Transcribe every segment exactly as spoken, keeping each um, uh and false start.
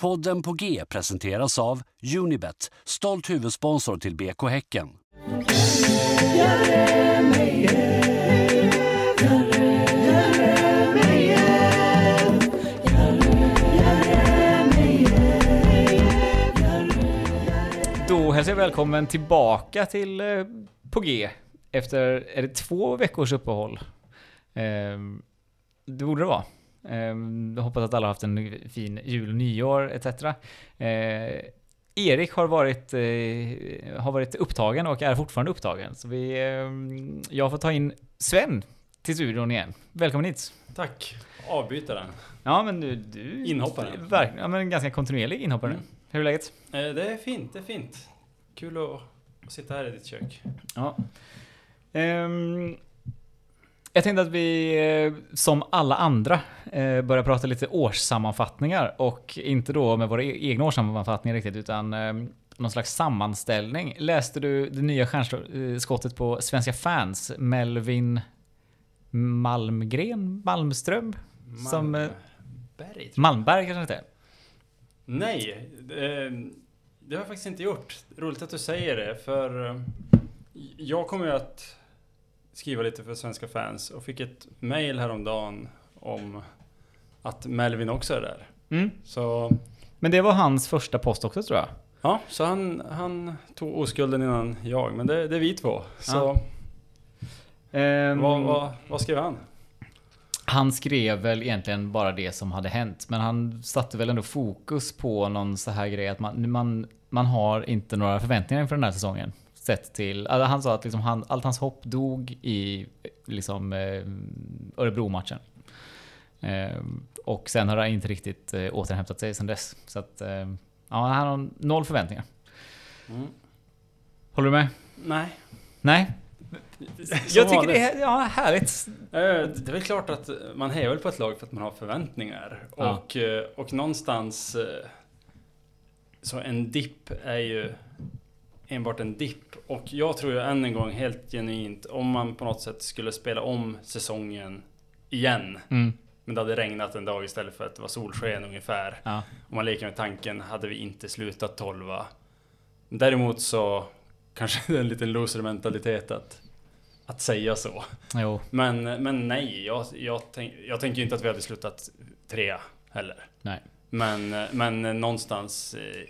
Podden på G presenteras av Unibet, stolt huvudsponsor till B K Häcken. Då hälsar jag välkommen tillbaka till eh, på G efter är det två veckors uppehåll. Eh, det borde det vara. Eh, jag hoppas att alla har haft en fin jul och nyår et cetera. Eh, Erik har varit, eh, har varit upptagen och är fortfarande upptagen. Så vi, eh, jag får ta in Sven till studion igen. Välkommen hit. Tack. Avbytaren. Ja, men du... du Inhopparen. Verkligen, ja, men ganska kontinuerlig inhoppare. Mm. Hur är läget? Eh, det är fint, det är fint. Kul att, att sitta här i ditt kök. Ja. Um, jag tänkte att vi, eh, som alla andra, eh, börjar prata lite årssammanfattningar. Och inte då med våra e- egna årssammanfattningar riktigt, utan eh, någon slags sammanställning. Läste du det nya stjärnskottet på Svenska fans? Melvin Malmgren? Malmström? Malmberg. Som, eh, Malmberg kanske inte är. Nej, det, det har jag faktiskt inte gjort. Roligt att du säger det, för jag kommer ju att skriva lite för Svenska fans och fick ett mejl häromdagen om att Melvin också är där. Mm. Så, men det var hans första post också, tror jag. Ja, så han, han tog oskulden innan jag, men det, det är vi två. Så ja. um, vad, vad, vad skrev han? Han skrev väl egentligen bara det som hade hänt. Men han satte väl ändå fokus på någon så här grej att man, man, man har inte några förväntningar inför den här säsongen. Sett till, alltså han sa att liksom han, allt hans hopp dog i liksom, eh, Örebro-matchen. Eh, och sen har han inte riktigt eh, återhämtat sig sedan dess. Så att, eh, ja, han har noll förväntningar. Mm. Håller du med? Nej. Nej? Jag tycker det är ja, härligt. Det är väl klart att man hejar väl på ett lag för att man har förväntningar. Ja. Och, och någonstans så en dipp är ju enbart en dipp. Och jag tror ju än en gång helt genuint, om man på något sätt skulle spela om säsongen igen. Mm. Men det hade regnat en dag istället för att det var solsken ungefär. Ja. Om man leker med tanken, hade vi inte slutat tolva. Däremot så kanske det är en liten loser-mentalitet att att säga så. Jo. Men, men nej, jag, jag, tänk, jag tänker ju inte att vi hade slutat trea heller. Nej. Men, men någonstans eh,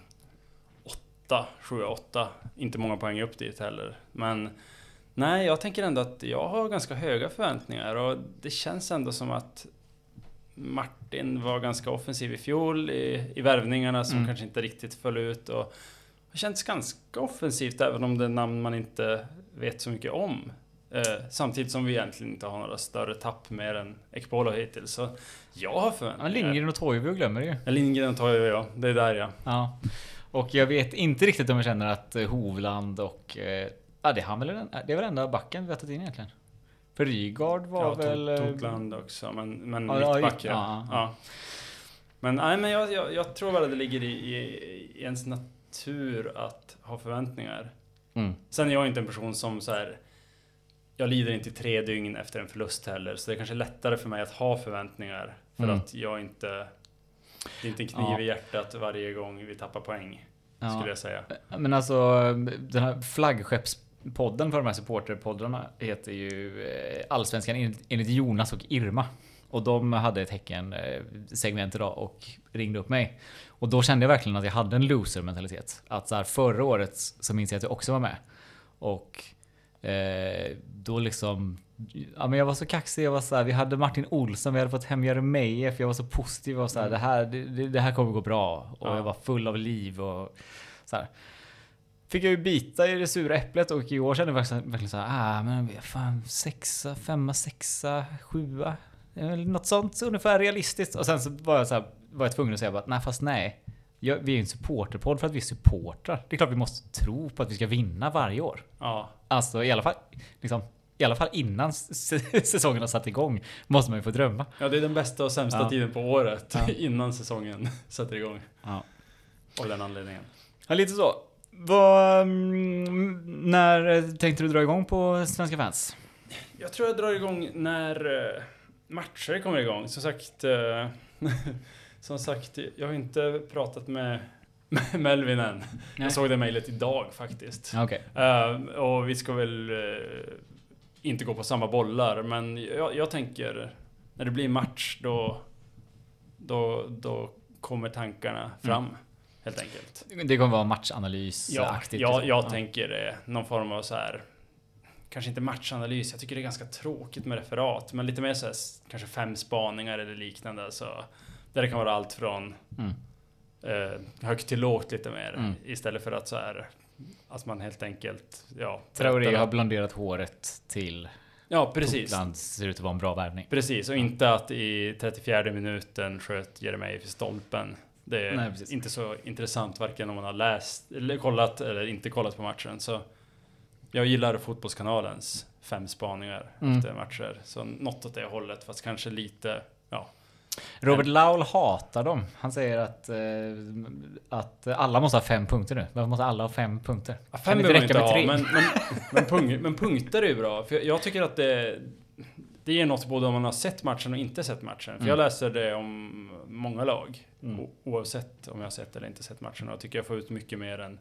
åtta, sju, åtta. Inte många poäng upp dit heller. Men nej, jag tänker ändå att jag har ganska höga förväntningar. Och det känns ändå som att Martin var ganska offensiv i fjol i, i värvningarna som mm. kanske inte riktigt föll ut. Och det känns ganska offensivt även om det är namn man inte vet så mycket om. Eh, samtidigt som vi egentligen inte har några större tapp mer än Ekpolo hittills. Så jag har förväntningar. Ja, Lindgren och Toivo glömmer det ju. Ja, Lindgren och Toivo, ja. Det är där, ja. ja. Och jag vet inte riktigt om jag känner att Hovland och... Eh, ja, det, han väl, det är väl enda backen vi har tagit in egentligen. För Rygaard var ja, väl... Ja, Tokland också. Men, men ja, mittback, ja. ja. ja. Men, nej, men jag, jag, jag tror väl att det ligger i, i, i ens natur att ha förväntningar. Mm. Sen är jag inte en person som så här, jag lider inte i tre dygn efter en förlust heller, så det är kanske lättare för mig att ha förväntningar för mm. att jag inte det är inte en kniv ja. i hjärtat varje gång vi tappar poäng, ja. skulle jag säga. Men alltså den här flaggskeppspodden för de här supporterpoddarna heter ju Allsvenskan enligt Jonas och Irma. Och de hade ett Häcken-segment idag och ringde upp mig. Och då kände jag verkligen att jag hade en loser-mentalitet. Att så här, förra året så minns jag att jag också var med. Och eh, då liksom... Ja, men jag var så kaxig. Jag var så här, vi hade Martin Olsson, vi hade fått hem Jeremejeff. Jag var så positiv och så här, mm. det, här, det, det här kommer gå bra. Och ja. jag var full av liv och så här. Fick jag ju bita i det sura äpplet och i år kände jag verkligen, verkligen så här, ah, men fan, sexa, femma, sexa, sjua... Något sånt ungefär realistiskt. Och sen så var jag, så här, var jag tvungen att säga bara, nej fast nej. Jag, vi är en supporterpodd för att vi supportrar. Det är klart vi måste tro på att vi ska vinna varje år. Ja. Alltså i alla fall, liksom, i alla fall innan s- säsongen har satt igång måste man ju få drömma. Ja, det är den bästa och sämsta ja. tiden på året ja. innan säsongen sätter igång. Ja. Av den anledningen. Ja, lite så. Vad, när tänkte du dra igång på Svenska fans? Jag tror jag drar igång när matcher kommer igång. Som sagt, som sagt, jag har inte pratat med Melvin än. Nej. Jag såg det mejlet idag faktiskt. Okay. Uh, och vi ska väl uh, inte gå på samma bollar, men jag, jag tänker när det blir match då då, då kommer tankarna fram mm. helt enkelt. Det kommer vara matchanalys. Ja, jag, jag ja. tänker det. Någon form av så här, kanske inte matchanalys. Jag tycker det är ganska tråkigt med referat, men lite mer så här, kanske fem spaningar eller liknande, så där det kan vara allt från mm. eh, högt till lågt lite mer mm. istället för att så här att man helt enkelt ja, Traoré har blonderat håret till ja, precis. Totland ser ut att vara en bra värvning. Precis, och inte att i trettiofjärde minuten sköt Jeremejeff i stolpen. Det är Nej, inte så intressant varken om man har läst eller kollat eller inte kollat på matchen. Så jag gillar Fotbollskanalens fem spaningar mm. efter matcher. Så något åt det hållet, fast kanske lite ja. Robert Laul hatar dem. Han säger att, eh, att alla måste ha fem punkter nu. Varför måste alla ha fem punkter? Ja, fem behöver man inte ha, men, men, men, pung, men punkter är ju bra. För jag, jag tycker att det, det ger något både om man har sett matchen och inte sett matchen. För mm. jag läser det om många lag. Mm. O, oavsett om jag har sett eller inte sett matchen. Och jag tycker jag får ut mycket mer än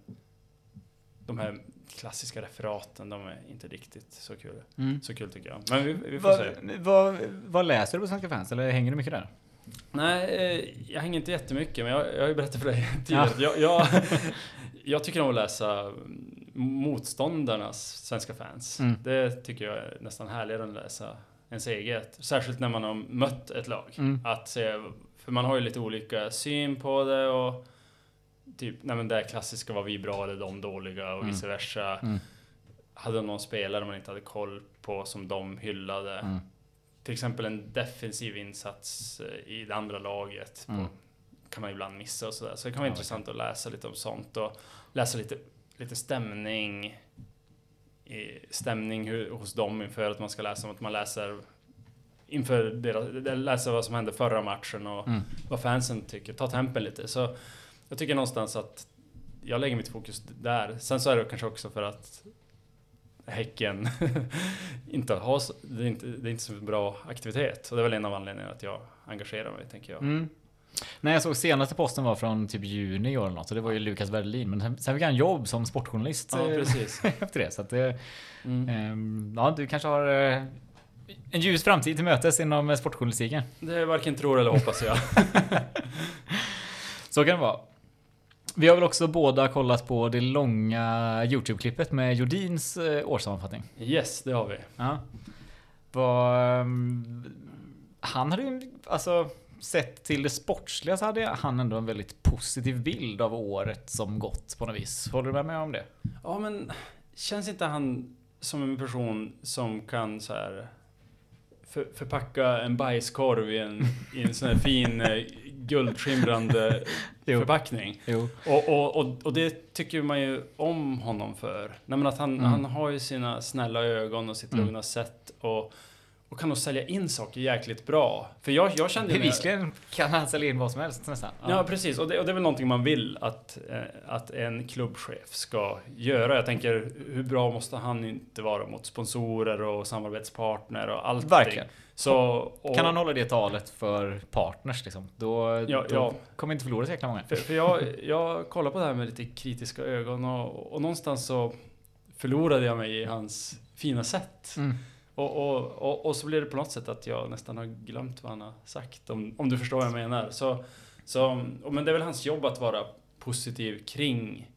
de här klassiska referaten. De är inte riktigt så kul. Mm. Så kul tycker jag. Men vi, vi får vad, se. Vad, vad läser du på Svenska Fans? Eller hänger du mycket där? Nej, jag hänger inte jättemycket. Men jag, jag har ju berättat för dig tidigare. Ja. Jag, jag, jag tycker om att läsa motståndarnas Svenska Fans. Mm. Det tycker jag är nästan härligare än att läsa ens eget. Särskilt när man har mött ett lag. Mm. Att se, för man har ju lite olika syn på det. Och typ, nej men det är klassiska, var vi bra eller de dåliga och mm. vice versa. Mm. Hade någon spelare man inte hade koll på som de hyllade. Mm. Till exempel en defensiv insats i det andra laget mm. på, kan man ibland missa och sådär. Så det kan vara ja, intressant okay. att läsa lite om sånt och läsa lite, lite stämning i, stämning hur, hos dem inför att man ska läsa om att man läser inför deras, läsa vad som hände förra matchen och mm. vad fansen tycker. Ta tempen lite. Så jag tycker någonstans att jag lägger mitt fokus där. Sen så är det kanske också för att Häcken inte har det är inte, det är inte så bra aktivitet. Och det är väl en av anledningarna att jag engagerar mig, tänker jag. Mm. Nej, jag såg senaste posten var från typ juni år eller något. Så det var ju Lukas Werdelin. Men sen, sen fick han jobb som sportjournalist. Ja, precis. Efter det. Så att det, mm. ähm, ja, du kanske har äh, en ljus framtid till mötes inom sportjournalistiken. Det är varken tror eller hoppas jag. Så kan det vara. Vi har väl också båda kollat på det långa YouTube-klippet med Jordins eh, årssammanfattning. Yes, det har vi. Ja. Var, um, han hade ju, alltså sett till det sportsliga så hade han ändå en väldigt positiv bild av året som gått på något vis. Håller du med mig om det? Ja, men känns inte han som en person som kan så här för, förpacka en bajskorv i en, i en sån här fin eh, guldskimrande förpackning. Jo. Och, och, och, och det tycker man ju om honom för. Nej, men att han, mm. han har ju sina snälla ögon och sitt mm. lugna sätt och, och kan nog sälja in saker jäkligt bra. För jag, jag kände... Bevisligen kan han sälja in vad som helst nästan. Ja, ja precis. Och det, och det är väl någonting man vill att, eh, att en klubbchef ska göra. Jag tänker, hur bra måste han inte vara mot sponsorer och samarbetspartner och allt. Verkligen. Så, och, kan han hålla det talet för partners liksom? Då, ja, då ja. kommer inte förlora så jäkla många. För, för jag, jag kollar på det här med lite kritiska ögon och, och någonstans så förlorade jag mig i hans fina sätt. Mm. Och, och, och, och så blir det på något sätt att jag nästan har glömt vad han har sagt. Om, om du förstår vad jag menar. Så, så, men det är väl hans jobb att vara positiv kring,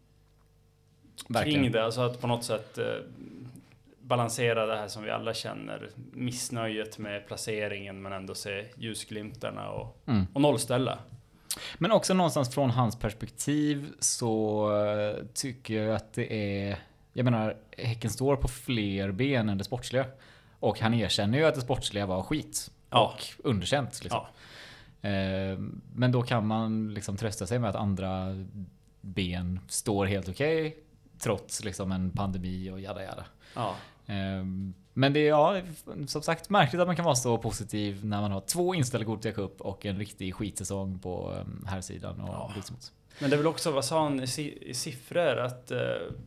kring det. Alltså att på något sätt eh, balansera det här som vi alla känner. Missnöjet med placeringen men ändå se ljusglimtarna och, mm. och nollställa. Men också någonstans från hans perspektiv så uh, tycker jag att det är... Jag menar, Häcken står på fler ben än det sportsliga. Och han erkänner ju att det sportsliga var skit. Ja. Och underkänt. Liksom. Ja. Uh, men då kan man liksom trösta sig med att andra ben står helt okej. Okay, trots liksom en pandemi och jada jada. Ja. Men det är ja, som sagt märkligt att man kan vara så positiv när man har två inställda Gothia Cup och en riktig skitsäsong på här sidan och ja. Liksom. Men det är väl också, vad sa han i siffror, att eh,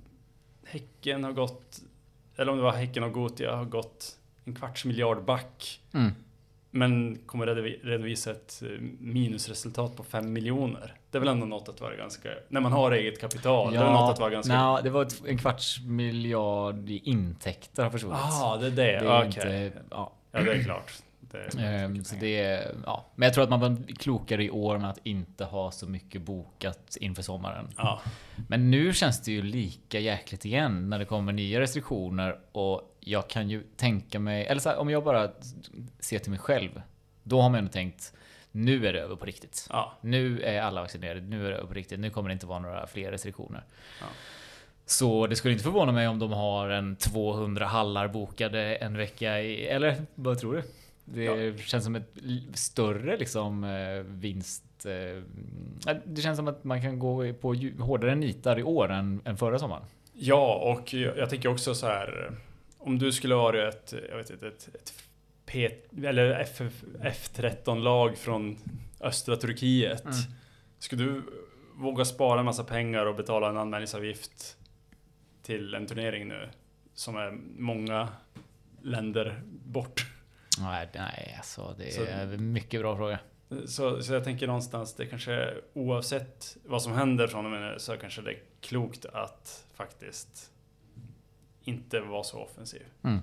Häcken har gått, eller om det var Häcken och Gothia har gått en kvarts miljard back mm. men kommer redovisa ett minusresultat på fem miljoner. Det är väl ändå något att vara ganska... När man har eget kapital, Ja, det är något att vara ganska... No, det var ett, en kvarts miljard i intäkter har försvunnit. Ah, det är det. Det är Okej. inte, ja. Ja, det är klart. Det är Um, så det är, ja. Men jag tror att man var klokare i år med att inte ha så mycket bokat inför sommaren. Ja. Men nu känns det ju lika jäkligt igen när det kommer nya restriktioner. Och jag kan ju tänka mig, eller så här, om jag bara ser till mig själv, då har man ändå tänkt, nu är det över på riktigt. Ja. Nu är alla vaccinerade, nu är det över på riktigt. Nu kommer det inte vara några fler restriktioner. Ja. Så det skulle inte förvåna mig om de har en tvåhundra hallar bokade en vecka i, eller vad tror du? Det ja. känns som ett större liksom vinst. Det känns som att man kan gå på hårdare nitar i år än, än förra sommaren. Ja, och jag tänker också så här, om du skulle vara ett, jag vet inte, ett, ett P, eller F tretton-lag från östra Turkiet. Mm. Skulle du våga spara en massa pengar och betala en anmälningsavgift till en turnering nu som är många länder bort? Nej, nej alltså det så, är en mycket bra fråga. Så, så jag tänker någonstans, det kanske oavsett vad som händer från och med nu, så kanske det är klokt att faktiskt inte vara så offensiv. Mm.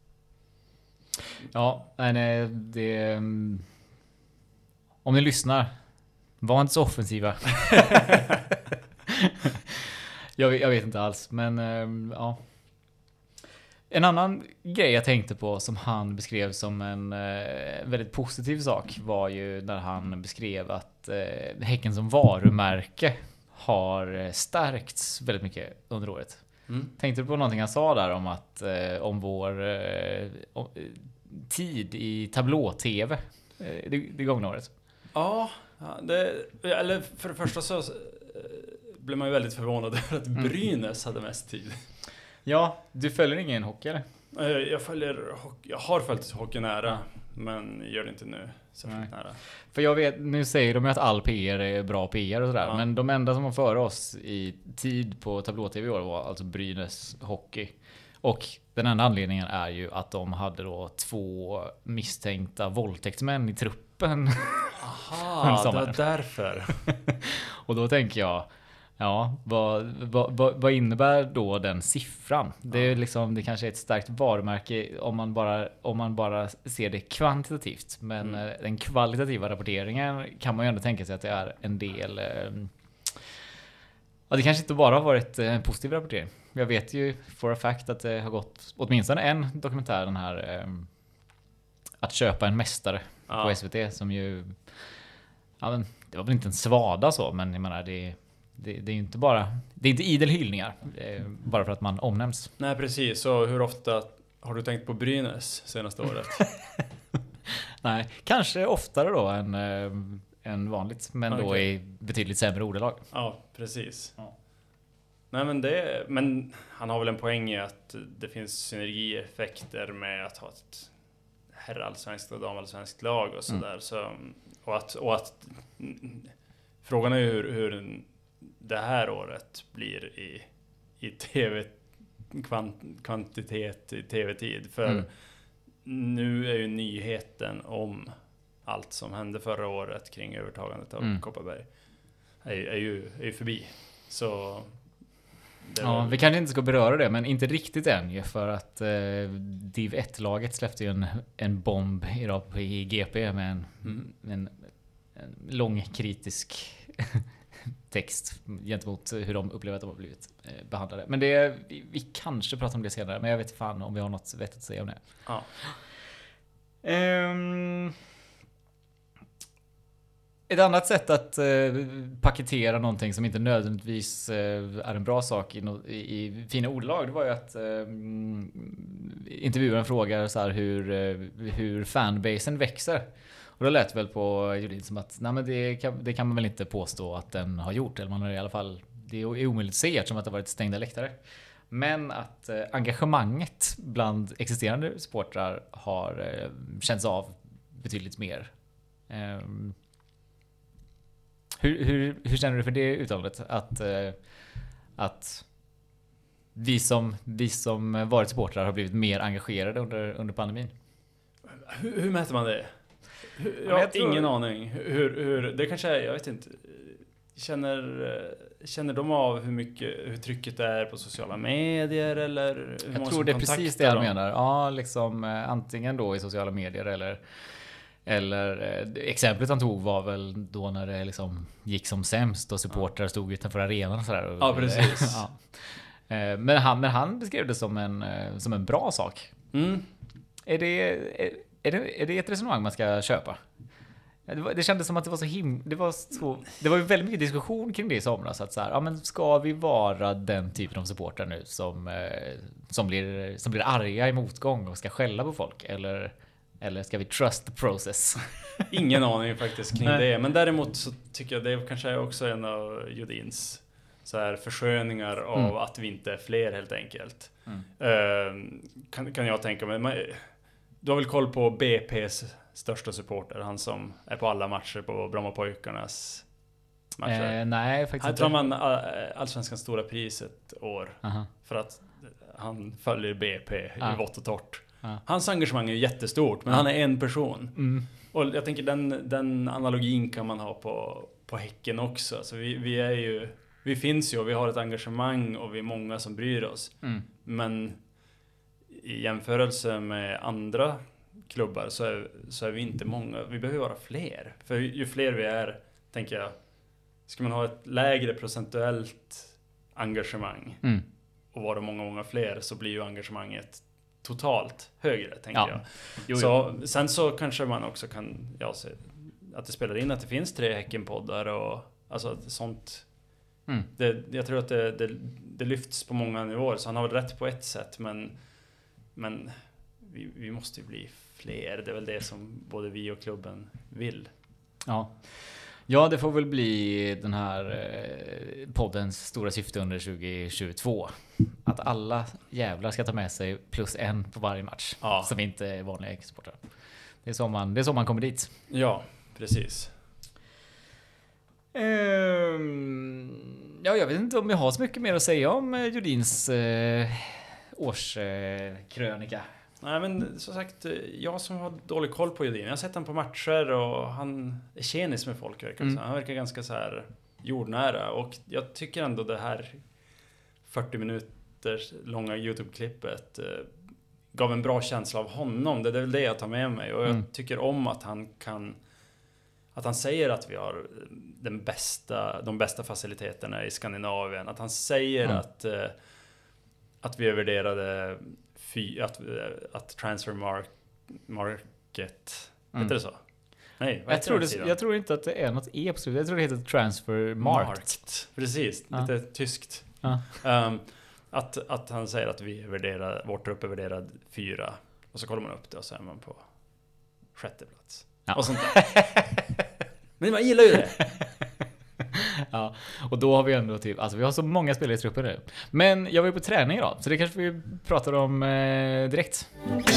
Ja, nej, det... Om ni lyssnar, var inte så offensiva. jag, jag vet inte alls, men ja. En annan grej jag tänkte på som han beskrev som en eh, väldigt positiv sak var ju när han beskrev att eh, Häcken som varumärke har stärkts väldigt mycket under året. Mm. Tänkte du på någonting han sa där om att eh, om vår eh, om, tid i tablå-tv eh, det, det gångna året? Ja, det, eller för det första så blev man ju väldigt förvånad över att Brynäs hade mest tid. Ja, du följer ingen hockey eller? Jag följer hockey, jag har följt hockey nära, men gör det inte nu särskilt nära. För jag vet, nu säger de ju att all P R är bra P R och sådär, ja. Men de enda som var före oss i tid på tablå-tv i år var alltså Brynäs hockey. Och den enda anledningen är ju att de hade då två misstänkta våldtäktsmän i truppen. Aha, det var därför. Och då tänker jag, ja, vad, vad, vad, vad innebär då den siffran? Det är liksom, det kanske är ett starkt varumärke om man bara, om man bara ser det kvantitativt. Men mm. den kvalitativa rapporteringen kan man ju ändå tänka sig att det är en del... Ja, det kanske inte bara har varit en positiv rapportering. Jag vet ju for a fact att det har gått åtminstone en dokumentär, den här Att köpa en mästare ja. på S V T, som ju... Ja, men, det var väl inte en svada så, men jag menar det... Det, det är ju inte bara, det är inte idel hyllningar bara för att man omnämns. Nej, precis. Så hur ofta har du tänkt på Brynäs senaste året? Nej, kanske oftare då än, än vanligt, men okay. då i betydligt sämre ordalag. Ja, precis. Ja. Nej, men det, men han har väl en poäng i att det finns synergieffekter med att ha ett herrallsvenskt och damallsvenskt lag och sådär. Mm. Så, och att, och att frågan är ju hur, hur det här året blir i, i tv kvant, kvantitet i tv-tid. För mm. nu är ju nyheten om allt som hände förra året kring övertagandet av mm. Kopparberg är, är, ju, är ju förbi. Så ja, väl... vi kanske inte ska beröra det, men inte riktigt än ju, för att eh, Div ett-laget släppte ju en, en bomb idag på i G P med en, mm. en, en lång kritisk text gentemot hur de upplever att de har blivit eh, behandlade. Men det, vi, vi kanske pratar om det senare, men jag vet fan om vi har något vettigt att säga om det. Ja. Um, ett annat sätt att eh, paketera någonting som inte nödvändigtvis eh, är en bra sak i, no, i, i fina ordlag, det var ju att eh, intervjuaren frågar så här hur, eh, hur fanbasen växer. Och då lät väl på Julin som att nej, men det, kan, det kan man väl inte påstå att den har gjort. Eller man har i alla fall, det är omöjligt att se eftersom att det har varit stängda läktare. Men att eh, engagemanget bland existerande supportrar har eh, känts av betydligt mer. Eh, hur, hur, hur känner du för det uttalandet? Att, eh, att vi, som, vi som varit supportrar har blivit mer engagerade under, under pandemin? Hur, hur mäter man det? Jag har tror... ingen aning. Hur, hur, det kanske är, jag vet inte. Känner, känner de av hur mycket hur trycket är på sociala medier eller hur jag tror det är precis det jag menar. Ja, liksom eh, antingen då i sociala medier eller eller eh, exemplet han tog var väl då när det liksom gick som sämst och supportrar stod utanför arenan och sådär. Ja, precis. Ja. Eh, men han men han beskrev det som en eh, som en bra sak. Mm. Är det är, är det är det ett resonemang man ska köpa? Det, var, det kändes som att det var så him det var så det var ju väldigt mycket diskussion kring det i somras att så här, ja men ska vi vara den typen av supportrar nu som eh, som blir som blir arga i motgång och ska skälla på folk eller eller ska vi trust the process? Ingen aning faktiskt kring det, men däremot så tycker jag det kanske är också en av Judins så här försköningar av mm. att vi inte är fler helt enkelt. Mm. Uh, kan kan jag tänka mig. Man, du har väl koll på B P:s största supporter, han som är på alla matcher på Brommapojkarnas matcher. Eh, nej, faktiskt inte. Han tror man Allsvenskans stora pris ett år. Aha. För att han följer B P ah. i vått och torrt. Ah. Hans engagemang är jättestort, men ah. han är en person. Mm. Och jag tänker den, den analogin kan man ha på, på Häcken också. Alltså vi, vi är ju, vi finns ju och vi har ett engagemang och vi är många som bryr oss. Mm. Men i jämförelse med andra klubbar så är, så är vi inte många. Vi behöver vara fler. För ju fler vi är, tänker jag, ska man ha ett lägre procentuellt engagemang mm. och vara många, många fler, så blir ju engagemanget totalt högre, tänker ja. jag. Jo, så, jo. Sen så kanske man också kan ja, se, att det spelar in att det finns tre Häckenpoddar och alltså sånt. Mm. Det, jag tror att det, det, det lyfts på många nivåer, så han har rätt på ett sätt, men, men vi, vi måste ju bli fler. Det är väl det som både vi och klubben vill. Ja. Ja, det får väl bli den här eh, poddens stora syfte under tjugo tjugotvå. Att alla jävlar ska ta med sig plus en på varje match. Ja. Som inte är vanliga Häckensportare. Det är så man, det är så man kommer dit. Ja, precis. Um, ja, jag vet inte om jag har så mycket mer att säga om eh, Judins eh, årskrönika. Eh, Nej, men som sagt, jag som har dålig koll på Judin, jag har sett han på matcher och han är tjenis med folk, verkar mm. han verkar ganska så här jordnära, och jag tycker ändå det här fyrtio minuters långa YouTube-klippet eh, gav en bra känsla av honom. Det är väl det jag tar med mig, och jag mm. tycker om att han kan att han säger att vi har den bästa, de bästa faciliteterna i Skandinavien, att han säger mm. att eh, att vi övervärderade Fy, att, att transfer mark, market mm. heter det så? Nej, jag tror, det, jag tror inte att det är något e på slutet. Jag tror det heter transfer market. Precis, ja. Lite tyskt. Ja. Um, att, att han säger att vi är värderad, vår trupp är värderad fyra, och så kollar man upp det och så är man på sjätte plats. Ja. Och sånt där. Men man gillar ju det. Ja, och då har vi ändå typ, alltså vi har så många spelare i truppen nu. Men jag var ju på träning idag, så det kanske vi pratar om eh, direkt.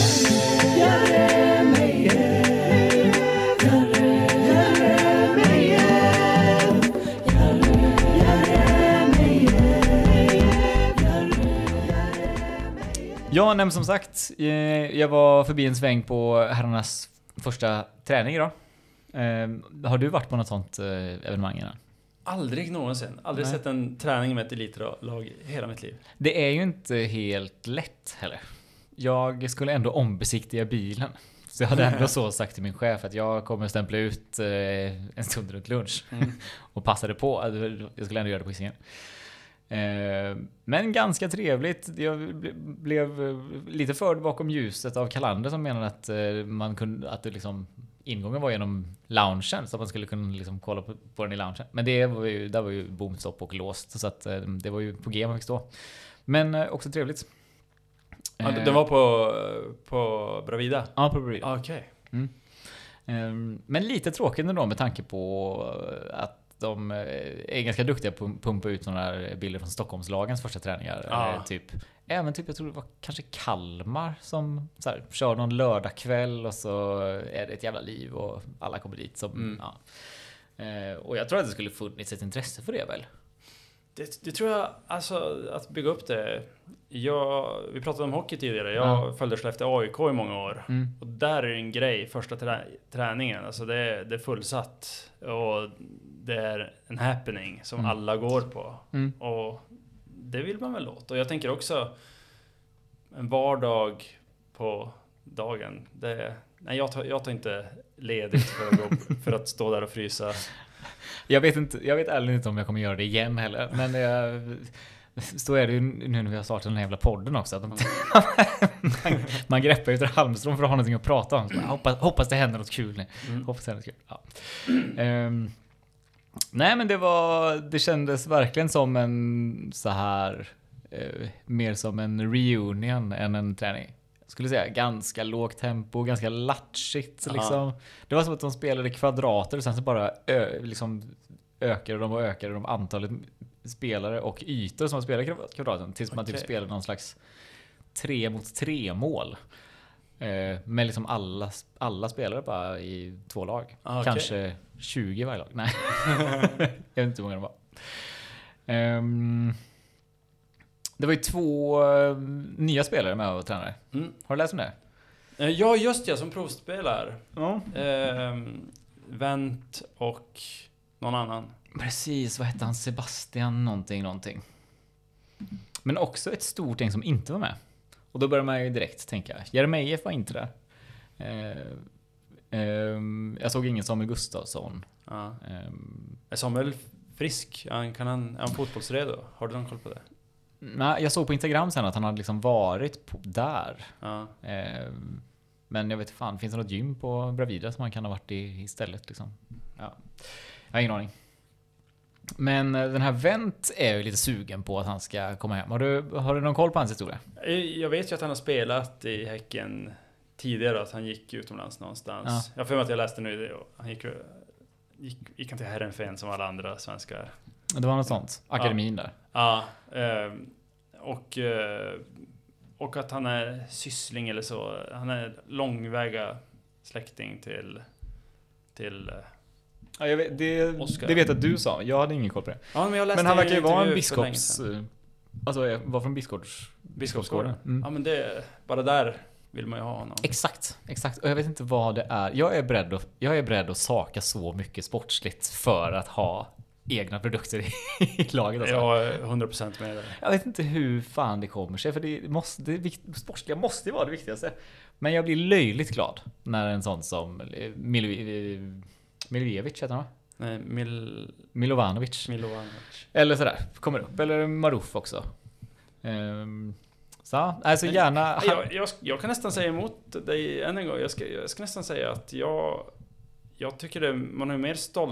Ja, nej, som sagt, jag var förbi en sväng på herrarnas första träning idag. Eh, har du varit på något sånt eh, evenemang innan? Aldrig någonsin. Aldrig Nej. sett en träning med ett elitlag i hela mitt liv. Det är ju inte helt lätt heller. Jag skulle ändå ombesiktiga bilen. Så jag hade ändå så sagt till min chef att jag kommer stämpla ut eh, en stund runt lunch. Mm. Och passade på. Jag skulle ändå göra det på isen. Eh, men ganska trevligt. Jag blev lite förd bakom ljuset av Kalander som menade att eh, man kunde, att det liksom ingången var genom loungen, så att man skulle kunna liksom kolla på, på den i loungen. Men det var ju, där var ju bomstopp och låst, så att eh, det var ju på G man fick stå. Men eh, också trevligt. Ja, det var på, på Bravida? Ja, på Bravida. Ah, okej. Okay. Mm. Eh, men lite tråkigt ändå med tanke på att de är ganska duktiga på att pumpa ut sådana här bilder från Stockholmslagens första träningar. Ah. Typ, även typ, jag tror det var kanske Kalmar som så här, kör någon lördagkväll och så är det ett jävla liv och alla kommer dit. Som, mm. ja. eh, och jag tror att det skulle funnits ett intresse för det väl. Det, det tror jag, alltså att bygga upp det. Jag, vi pratade om hockey tidigare. Jag Ja. följde Skellefteå A I K i många år. Mm. Och där är det en grej, första trä, träningen. Alltså det, är- det är fullsatt. Och det är en happening som Mm. alla går på. Mm. Och det vill man väl åt. Och jag tänker också en vardag på dagen. Det, nej, jag tar, jag tar inte ledigt för att, gå, för att stå där och frysa. Jag vet inte, jag vet ärligt inte om jag kommer göra det igen heller. Men jag, så är det ju nu när vi har startat den här jävla podden också. Att de, man, man greppar efter halmstrån för att ha någonting att prata om. Så bara, hoppas, hoppas det händer något kul nu. Mm. Hoppas det händer något kul. Ja. Ehm, nej men det var, det kändes verkligen som en så här, eh, mer som en reunion än en träning. Jag skulle säga ganska lågt tempo, ganska latchigt Ja. liksom. Det var som att de spelade kvadrater och sen så bara ö, liksom ökade de och ökade de antalet spelare och ytor som spelar kvadraten tills man Okej. typ spelade någon slags tre mot tre mål. Eh, med liksom alla, alla spelare bara i två lag. Ah, okej. Kanske tjugo i varje lag. Nej. Jag vet inte hur många det var. Ehm, det var ju två eh, nya spelare med och tränare. Mm. Har du läst om det? Eh, Ja, just ja, som provspelar. Ja. Ehm, Vent och någon annan. Precis, vad hette han? Sebastian någonting, någonting. Men också ett stort gäng som inte var med. Och då börjar man ju direkt tänka, Jeremejeff var inte där. Eh, eh, jag såg ingen Samuel Gustafsson. Ja. Eh, Är Samuel frisk? Han, kan han, är han fotbollsredo? Har du någon koll på det? nej, jag såg på Instagram sen att han hade liksom varit på, där. Ja. Eh, men jag vet fan, finns det något gym på Bravida som han kan ha varit i istället liksom? Ja. Jag har ingen aning. Men eh, den här Wendt är ju lite sugen på att han ska komma hem. Har du, har du någon koll på hans historia? Eh, Jag vet ju att han har spelat i Häcken tidigare, att han gick utomlands någonstans. Ja. Jag har för mig att jag läste nu, han gick, gick, gick han till Herrenfen som alla andra svenskar. Det var något sånt. Akademin där. Ja, eh, och, eh, och att han är syssling eller så. Han är långväga släkting till, till eh, Ja, jag vet, det, Oscar. det vet att du sa. Jag hade ingen koll på det. ja, men, jag läste Men han verkar ju en vara en intervju för länge biskops... sedan. Alltså var från biskops... Biskopsgården. Mm. Ja, men det, bara där vill man ju ha honom. Exakt, exakt. Och jag vet inte vad det är. Jag är beredd att, jag är beredd att saka så mycket sportsligt för att ha egna produkter i, i laget. Alltså. Jag är hundra procent med där. Jag vet inte hur fan det kommer sig, för det måste, det vikt, sportsliga måste ju vara det viktigaste. Men jag blir löjligt glad när en sån som Milo, Milojevic heter han va? Nej, Mil, Milovanovic. Milovanovic. Eller sådär, kommer upp. Eller Maruf också. Um, så, alltså gärna... Jag, jag, jag kan nästan säga emot dig än en gång. Jag ska, jag ska nästan säga att jag, jag tycker det, man har mer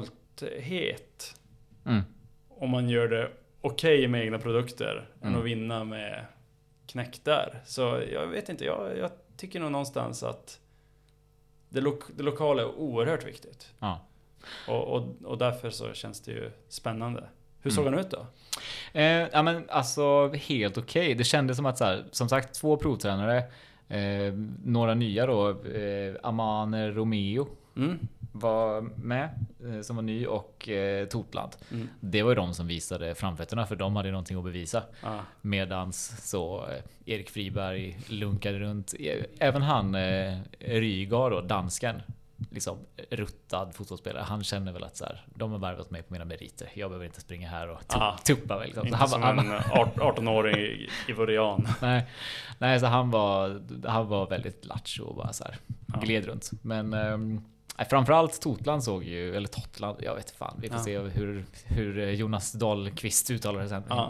stolthet Mm. om man gör det okej okay med egna produkter Mm. än att vinna med knäck där. Så jag vet inte, jag, jag tycker nog någonstans att det, lo, det lokala är oerhört viktigt. Ja. Och, och, och därför så känns det ju spännande. Hur såg Mm. han ut då? Eh, ja men alltså helt okej. Okay. Det kändes som att så här, som sagt två provtränare, eh, några nya då, eh, Amane Romeo Mm. var med, eh, som var ny, och eh, Totland. Mm. Det var ju de som visade framfötterna, för de hade någonting att bevisa. Ah. Medans så eh, Erik Friberg lunkade runt. Eh, Även han eh, Rygaard då, dansken, liksom ruttad fotbollsspelare. Han känner väl att så här, de har värvat mig på mina meriter. Jag behöver inte springa här och tu- Ah. tuppa mig. Liksom. Inte Han, som han, en arton-åring i- ivorian. nej, nej, så han var, han var väldigt lattjo och bara så här Ja. gled runt. Men ehm, nej, framförallt Totland såg ju, eller Totland, jag vet fan. Vi får Ja. se hur, hur Jonas Dahlqvist uttalar det sen. Ja.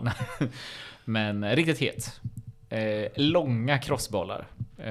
Men eh, riktigt het. Eh, långa crossbollar. Eh,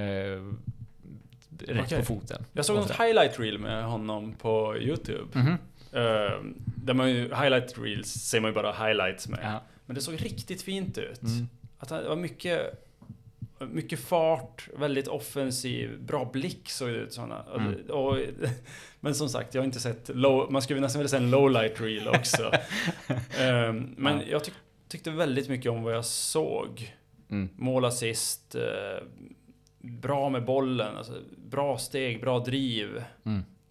rätt Okej. på foten. Jag såg Och något sådär. highlight reel med honom på YouTube. Mhm. Uh, där man ju, highlight reels ser man ju bara highlights med. Ja. Men det såg riktigt fint ut. Mm. Att han- det var mycket, mycket fart, väldigt offensiv, bra blick såg det ut som. Och, Mm. och, men som sagt, jag har inte sett low, man skulle nästan vilja säga en lowlight reel också. um, men Ja. jag tyck, tyckte väldigt mycket om vad jag såg. Mm. Mål, assist, eh, bra med bollen, alltså, bra steg, bra driv. Mm.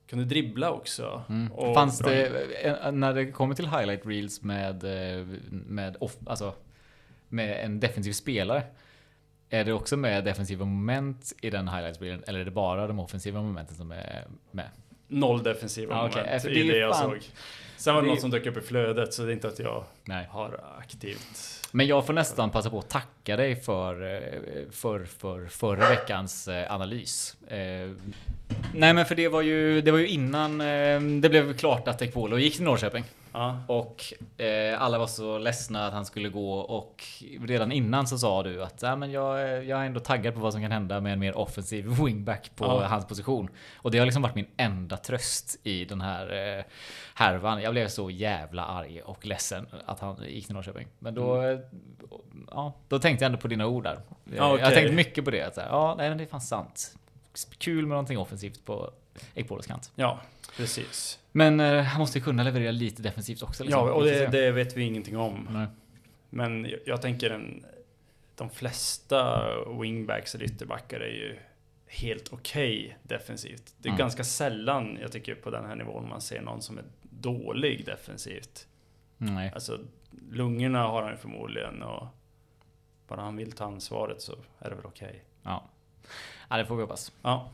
kunde dribbla också. Mm. Och Fanns bra- det, när det kommer till highlight reels med, med, off, alltså, med en defensiv spelare, är det också med defensiva moment i den highlight reelen, eller är det bara de offensiva momenten som är med? Noll defensiva Ah, okay. moment För i det är det ju jag fan- såg. Sen var det det är- något som dök upp i flödet, så det är inte att jag Nej. har aktivt... Men jag får nästan passa på att tacka dig för, för, för förra veckans analys. Eh, nej men för det var ju, det var ju innan eh, det blev klart att Ekpolo gick till Norrköping. Ja. Och eh, alla var så ledsna att han skulle gå, och redan innan så sa du att ja, men jag, jag är ändå taggad på vad som kan hända med en mer offensiv wingback på Ja. hans position. Och det har liksom varit min enda tröst i den här eh, härvan. Jag blev så jävla arg och ledsen att han gick till Norrköping. Men då, Mm. eh, ja, då tänkte jag ändå på dina ord där. Ja, okej. Jag tänkte mycket på det. Att, så här, ja, nej, men det är fan sant. Kul med någonting offensivt på Ekpolos kant. Ja, precis. Men eh, han måste ju kunna leverera lite defensivt också. Liksom. Ja, och Vi får det, se. det vet vi ingenting om. Nej. Men jag, jag tänker en, de flesta wingbacks eller ytterbackar är ju helt okej okay defensivt. Det är Mm. ganska sällan, jag tycker, på den här nivån man ser någon som är dålig defensivt. Nej. Alltså, lungorna har han ju förmodligen, och bara han vill ta ansvaret så är det väl okej. Okay. Ja. Ja, det får vi hoppas. Ja.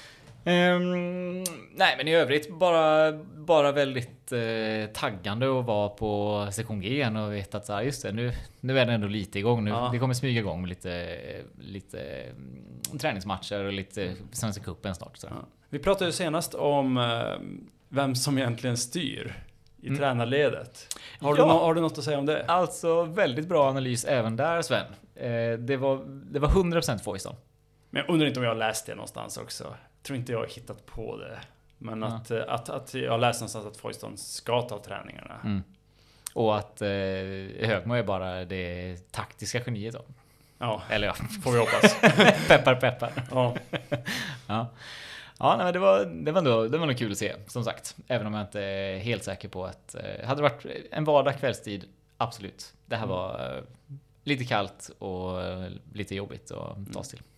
Um, nej, men i övrigt bara, bara väldigt eh, taggande att vara på sektion G igen och veta att så här, just det, nu, nu är det ändå lite igång. Nu, Ja. Det kommer smyga igång med lite, lite mm, träningsmatcher och lite Svenska cupen snart. Så. Ja. Vi pratade ju senast om eh, vem som egentligen styr i Mm. tränarledet. Har, Ja. du no- har du något att säga om det? Alltså väldigt bra analys även där, Sven. Eh, det, var, det var hundra procent Foyston. Men jag undrar inte om jag har läst det någonstans också. Jag tror inte jag har hittat på det. Men Ja. att, eh, att, att jag har läst någonstans att Foyston ska ta träningarna. Mm. Och att eh, Högmo är bara det taktiska geniet då. Ja, Eller ja, får vi hoppas. peppar peppar. Ja. Ja, ja nej, men det var det var ändå det var nog kul att se, som sagt. Även om jag inte är helt säker på att eh, hade det varit en vardag kvällstid, absolut. Det här var eh, lite kallt och eh, lite jobbigt att ta sig till.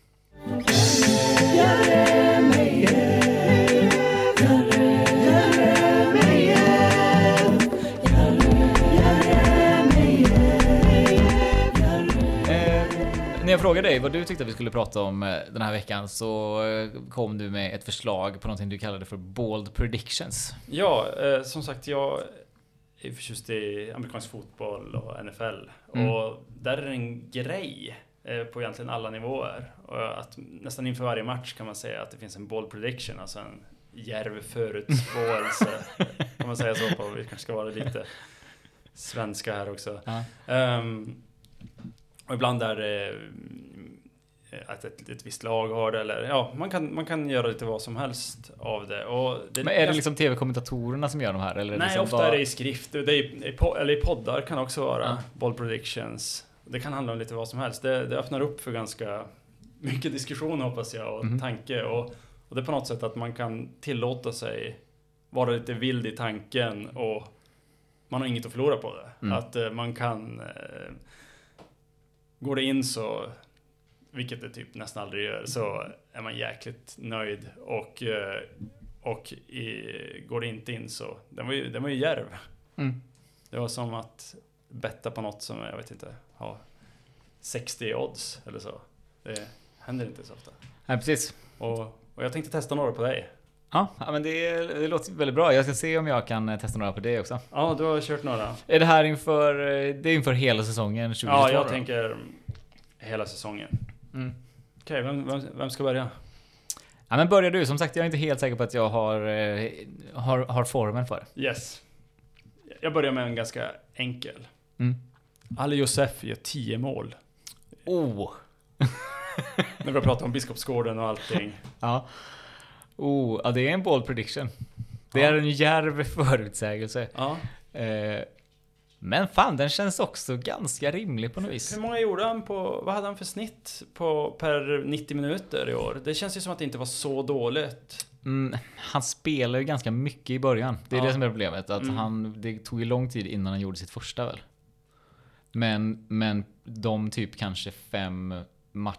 När jag frågade dig vad du tyckte att vi skulle prata om eh, den här veckan, så eh, kom du med ett förslag på någonting du kallade för bold predictions. Ja, eh, som sagt, jag är förtjust i amerikansk fotboll och N F L. Mm. Och där är det en grej eh, på egentligen alla nivåer. Och att nästan inför varje match kan man säga att det finns en bold prediction, alltså en djärv förutspåelse. Kan man säga så på, vi kanske ska vara lite svenska här också. Ja. Um, och ibland är det att ett, ett visst lag har det, eller ja, man kan, man kan göra lite vad som helst av det. Och det Men är det liksom tv-kommentatorerna som gör de här? Eller är det Nej, liksom ofta bara... är det i skrift. Det är i, i, po- eller i poddar kan också vara Ja. bold predictions. Det kan handla om lite vad som helst. Det, det öppnar upp för ganska mycket diskussion, hoppas jag, och Mhm. tanke. Och, och det är på något sätt att man kan tillåta sig vara lite vild i tanken, och man har inget att förlora på det. Mm. Att eh, man kan... Eh, går det in så, vilket det typ nästan aldrig gör, så är man jäkligt nöjd. Och, eh, och i, går det inte in så, den var ju, den var ju djärv. Mm. Det var som att betta på något som, jag vet inte, har sextio odds eller så. Det händer inte så ofta. Nej, precis. Och, och jag tänkte testa några på dig. Ja, ja, men det, det låter väldigt bra. Jag ska se om jag kan testa några på det också. Ja, du har kört några. Är det här inför, det är inför hela säsongen tjugohundratjugotvå? Ja, jag då? tänker hela säsongen. Mm. Okej, vem, vem, vem ska börja? Ja, men börjar du. Som sagt, jag är inte helt säker på att jag har, eh, har, har formen för det. Yes. Jag börjar med en ganska enkel. Mm. Ali Josef gör tio mål. Oh! När vi pratar om Biskopsgården och allting. Ja. Oh, ja, det är en bold prediction. Det Ja. är en djärv förutsägelse. Ja. Eh, men fan, den känns också ganska rimlig på något vis. Hur många gjorde han på, vad hade han för snitt på, per nittio minuter i år? Det känns ju som att det inte var så dåligt. Mm, han spelar ju ganska mycket i början. Det är Ja. det som är problemet. Att Mm. han, det tog ju lång tid innan han gjorde sitt första väl. Men, men de typ kanske fem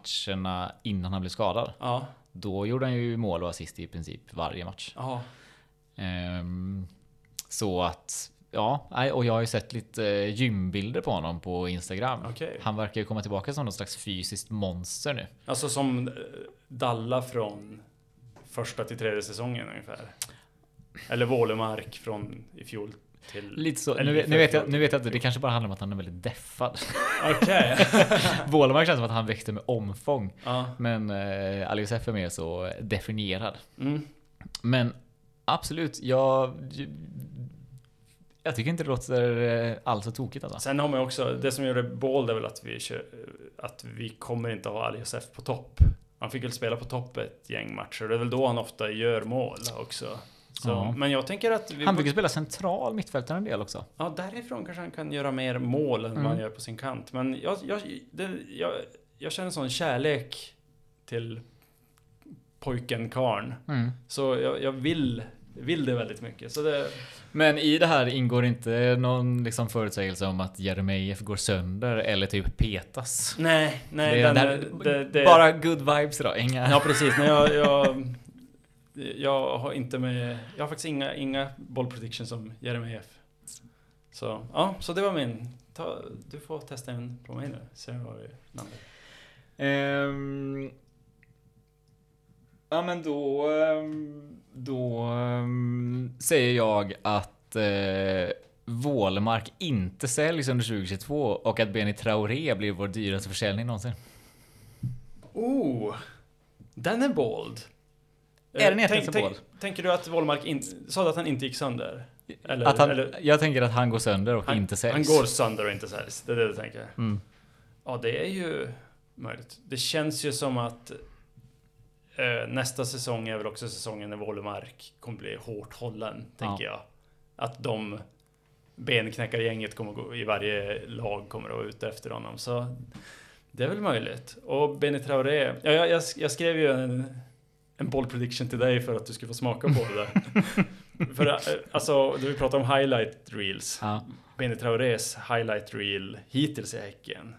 matcherna innan han blev skadad. Ja. Då gjorde han ju mål och assist i princip varje match. Ja. Um, så att, ja, och jag har ju sett lite gymbilder på honom på Instagram. Okay. Han verkar ju komma tillbaka som någon slags fysiskt monster nu. Alltså som Dalla från första till tredje säsongen ungefär. Eller Wålemark från i fjol till... Lite så. Nu, nu, vet jag, nu vet jag att det kanske bara handlar om att han är väldigt deffad. Okej. Wålemark känns som att han växte med omfång. Ja. Men eh, Ali Youssef är mer så definierad. Mm. Men absolut, jag... Jag tycker inte det låter alls så tokigt alltså. Sen har man också, det som gör det bold är väl att vi, kör, att vi kommer inte ha Ali Youssef på topp. Han fick väl spela på topp ett gäng matcher. Det är väl då han ofta gör mål också. Så, ja. Men jag tänker att vi han fick ju spela central mittfältare en del också. Ja, därifrån kanske han kan göra mer mål än mm. vad han gör på sin kant. Men jag, jag, det, jag, jag känner sån kärlek till pojken Karn. Mm. Så jag, jag vill, vill det väldigt mycket. Så det... Men i det här ingår inte någon liksom förutsägelse om att Jeremejeff går sönder eller typ petas. Nej, nej. Det, den, där, det, det, bara good vibes då, inga... Ja, precis. Nej, jag, jag, jag har inte med... Jag har faktiskt inga, inga ball prediction som Jeremejeff. Så, ja, så det var min. Ta, du får testa en på mig nu. Se vad vi landar. Um, ja, men då... Um, Då um, säger jag att uh, Wålemark inte säljs under tjugohundratjugotvå och att Benny Traoré blir vår dyraste försäljning någonsin. Oh, den är bold. Är den egentligen tänk, så bold? Tänk, tänker du att Wålemark in, sa att han inte gick sönder? Eller, att han, eller, jag tänker att han går sönder och han, inte säljs. Han går sönder och inte säljs. Det är det du tänker. Mm. Ja, det är ju möjligt. Det känns ju som att Uh, nästa säsong är väl också säsongen när Wålemark kommer bli hårt hållen, tänker ja. jag. Att de benknäckargänget kommer gå, i varje lag kommer att vara ute efter honom. Så det är väl möjligt. Och Benny Traoré, ja, jag, jag, jag skrev ju en, en bold prediction till dig för att du skulle få smaka på det där. För alltså, då vi pratar om highlight reels. Ja. Benny Traorés highlight reel hittills i Häcken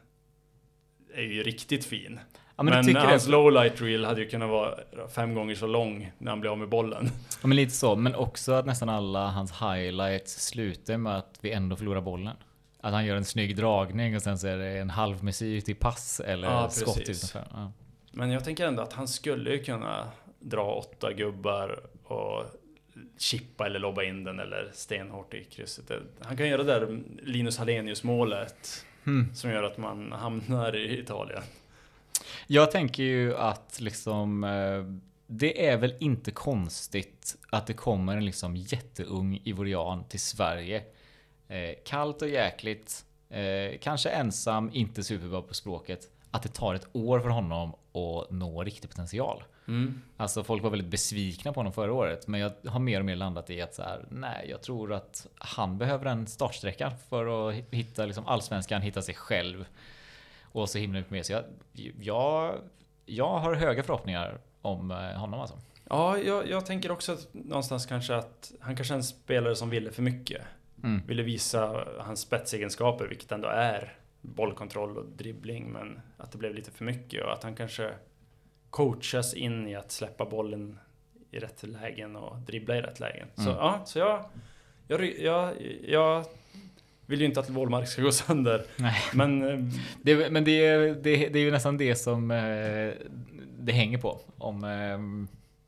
är ju riktigt fin. Ja, men men hans det... lowlight reel hade ju kunnat vara fem gånger så lång när han blev av med bollen. Ja, men lite så. Men också att nästan alla hans highlights slutar med att vi ändå förlorar bollen. Att han gör en snygg dragning och sen så är det en halv mesyr till pass eller ja, skott utanför. Ja. Men jag tänker ändå att han skulle ju kunna dra åtta gubbar och chippa eller lobba in den eller stenhårt i krysset. Han kan göra det där Linus Hallenius målet mm. som gör att man hamnar i Italien. Jag tänker ju att liksom det är väl inte konstigt att det kommer en liksom jätteung ivorian till Sverige. Eh, kallt och jäkligt, eh, kanske ensam, inte superbra på språket. Att det tar ett år för honom att nå riktig potential. Mm. Alltså folk var väldigt besvikna på honom förra året, men jag har mer och mer landat i att så här, nej, jag tror att han behöver en startsträcka för att hitta liksom allsvenskan, hitta sig själv. Och så himla mycket mer. Så jag, jag, jag har höga förhoppningar om honom alltså. Ja, jag, jag tänker också att någonstans kanske att han kanske är en spelare som ville för mycket. Mm. Ville visa hans spetsegenskaper, vilket ändå är bollkontroll och dribbling, men att det blev lite för mycket och att han kanske coachas in i att släppa bollen i rätt lägen och dribbla i rätt lägen. Mm. Så ja, så jag, jag, jag, jag vill ju inte att Wålemark ska gå sönder. Nej. Men, det, men det, är, det, det är ju nästan det som eh, det hänger på. Om, eh,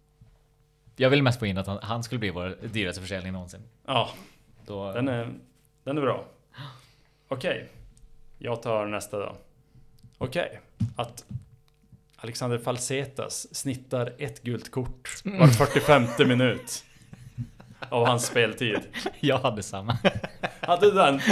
jag vill mest få in att han, han skulle bli vår dyraste försäljning någonsin. Ja, Då, den, är, den är bra. Okej, okay. Jag tar nästa då. Okej, okay. Att Alexander Falsetas snittar ett gult kort var fyrtiofemte minut av hans speltid. Jag hade samma. Hade du den?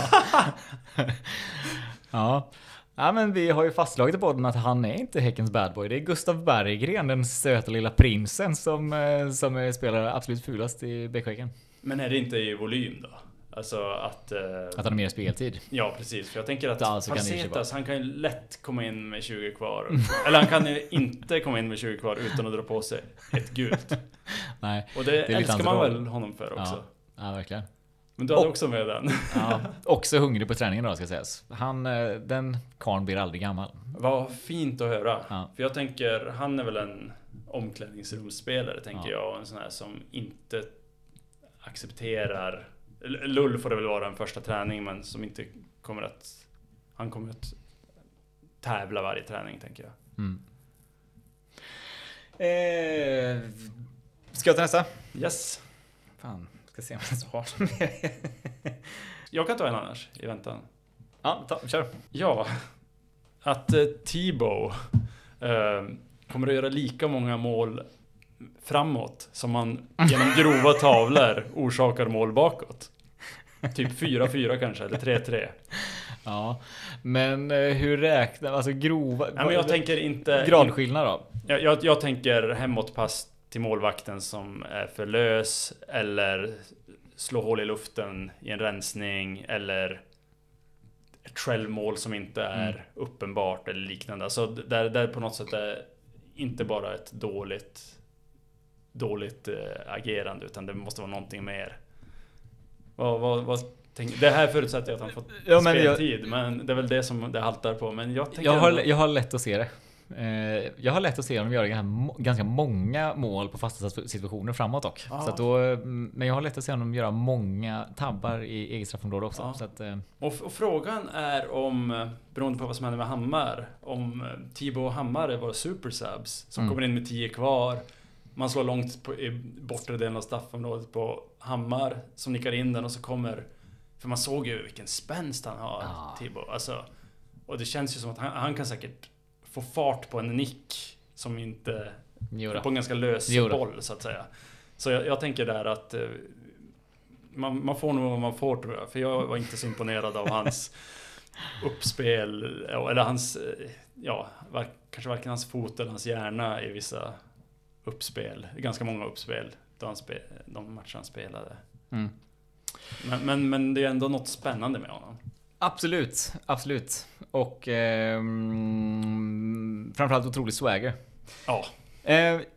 Ja. Ja, men vi har ju fastslagit i podden att han är inte Häckens bad boy. Det är Gustav Berggren, den söta lilla prinsen som, som spelar absolut fulast i Bäckviken. Men är det inte i volym då? Alltså att... Eh, att han har mer speltid. Ja, precis. För jag tänker att alltså Falsetas, han kan ju lätt komma in med tjugo kvar. Eller han kan ju inte komma in med tjugo kvar utan att dra på sig ett gult. Nej, och det, det älskar man väl honom för också. Ja, ja verkligen. Men du hade och, också med den. Ja, också hungrig på träningen då, ska sägas. Han, den karln blir aldrig gammal. Vad fint att höra. Ja. För jag tänker, han är väl en omklädningsrumsspelare, tänker ja. jag. En sån här som inte accepterar, Lull får det väl vara en första träning, men som inte kommer att, han kommer att tävla varje träning, tänker jag. Mm. Eh, ska jag ta nästa? Yes. Fan, ska se om jag har mer. Jag kan ta en annars i väntan. Ja, ta, kör. Ja, att eh, Tebow eh, kommer att göra lika många mål framåt som man genom grova tavlor orsakar mål bakåt. Typ fyra fyra kanske, eller tre tre. Ja, men eh, hur räknar, alltså grova... Nej, men jag tänker inte... Gradskillnad då? Jag, jag, jag tänker hemåtpass till målvakten som är för lös, eller slå hål i luften i en rensning, eller ett självmål som inte är mm. uppenbart eller liknande. Alltså där, där på något sätt är inte bara ett dåligt dåligt äh, agerande, utan det måste vara någonting mer. Vad, vad, vad tänk, det här förutsätter jag att han får ja, men speltid, jag, men det är väl det som det haltar på. Men jag, tänker jag, har, ändå, jag har lätt att se det. Jag har lätt att se om de gör ganska många mål på fasta situationer framåt dock. Ja. Så att då, men jag har lätt att se om de gör många tabbar i eget straffområde också. Ja. Så att, och, och frågan är om, beroende på vad som händer med Hammar, om Tebow och Hammar var super subs som mm. kommer in med tio kvar. Man slår långt på, i bortre delen av straffområdet på Hammar som nickar in den, och så kommer, för man såg ju vilken spänst han har, ja. Tebow. Alltså, och det känns ju som att han, han kan säkert få fart på en nick som inte Jura. På en ganska lös Jura. boll så att säga. Så jag, jag tänker där att eh, man, man får nog vad man får, tror jag. För jag var inte så imponerad av hans uppspel, eller hans, ja, var, kanske varken hans fot eller hans hjärna i vissa uppspel. Ganska många uppspel då han spe, de matcher han spelade. Mm. Men, men, men det är ändå något spännande med honom. Absolut, absolut. Och eh, framförallt otroligt swagger. Ja. Eh,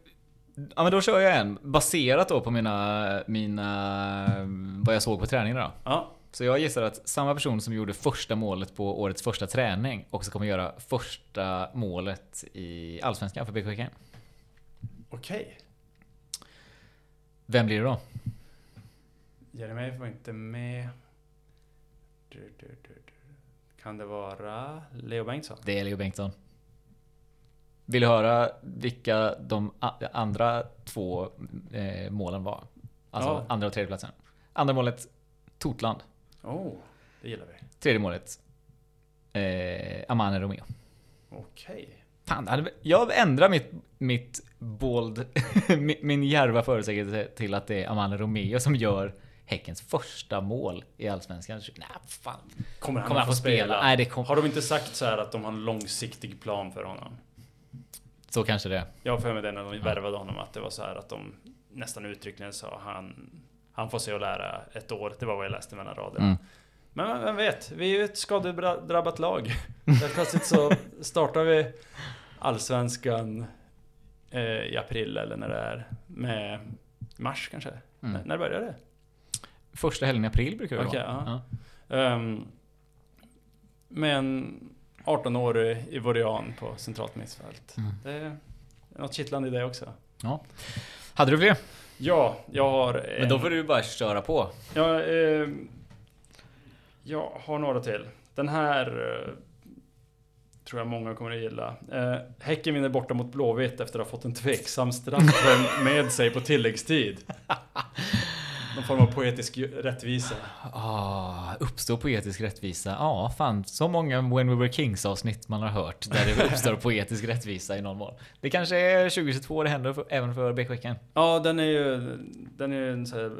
ja, men då kör jag en baserat då på mina mina vad jag såg på träningen då. Ja. Så jag gissar att samma person som gjorde första målet på årets första träning också kommer göra första målet i Allsvenskan för B K Häcken. Okej. Okay. Vem blir det då? Jeremejeff var inte med. Du, du, du, du. Kan det vara Leo Bengtsson? Det är Leo Bengtsson. Vill du höra vilka de andra två eh, målen var? Alltså ja. andra och tredje platsen. Andra målet Totland. Oh, det gillar vi. Tredje målet eh, Amane Romeo. Okej. Okay. Fan, jag ändrar mitt mitt bold min järva förutsägelse till att det är Amane Romeo som gör Häckens första mål i Allsvenskan. Nej, fan. Kommer han, kommer han få spela? spela? Nej, det kom... Har de inte sagt så här att de har en långsiktig plan för honom? Så kanske det. Jag har för mig det när de ja. värvade honom, att det var så här att de nästan uttryckligen sa han, han får se och lära ett år. Det var vad jag läste mellan raderna. Mm. Men vem vet, vi är ju ett skadedrabbat lag. Plötsligt så startar vi Allsvenskan eh, i april eller när det är med mars kanske. Mm. N- när börjar det? Första helgen i april brukar det okay, vara. Ja. Um, med en arton-årig ivorian på centralt mittfält. Mm. Det är något kittlande i det också. Ja. Hade du fler? Ja, jag har... En... Men då får du bara köra på. Ja, eh, jag har några till. Den här eh, tror jag många kommer att gilla. Eh, Häcken vinner borta mot Blåvitt efter att ha fått en tveksam straff med sig på tilläggstid. Någon form av poetisk rättvisa. Ah, uppstår poetisk rättvisa. Ja, ah, fan. Så många When We Were Kings avsnitt man har hört där det uppstår poetisk rättvisa i någon mål. Det kanske är tjugohundratjugotvå det händer för, även för B K Häcken. Ja, den är ju den är en så här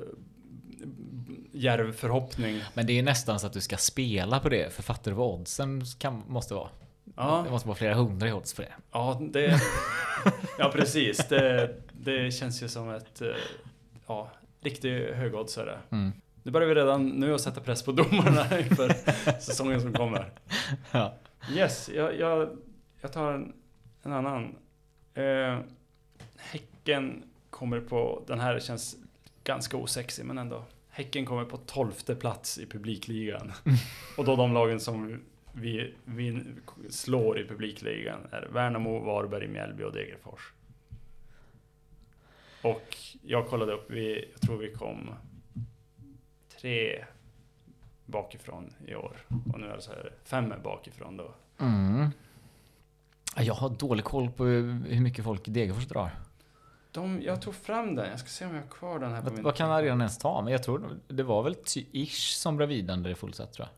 djärv förhoppning. Men det är nästan så att du ska spela på det. För fattar du vad oddsen kan, måste vara? Ja. Det måste vara flera hundra i odds för det. Ja, det ja precis. Det, det känns ju som ett ja, riktigt högoddsare. Mm. Nu börjar vi redan nu att sätta press på domarna för säsongen som kommer. Ja. Yes, jag, jag, jag tar en, en annan. Eh, Häcken kommer på, den här känns ganska osexig men ändå. Häcken kommer på tolfte plats i publikligan. Och då de lagen som vi, vi slår i publikligan är Värnamo, Varberg, Mjällby och Degerfors. Och jag kollade upp, vi, jag tror vi kom tre bakifrån i år. Och nu är det så här fem bakifrån då. Mm. Jag har dålig koll på hur mycket folk Degerfors drar. De, jag tog fram den. Jag ska se om jag har kvar den här på Vad, min... vad kan arenan ens ta? Men jag tror det var väl ish som Braviden där det är fullsatt, tror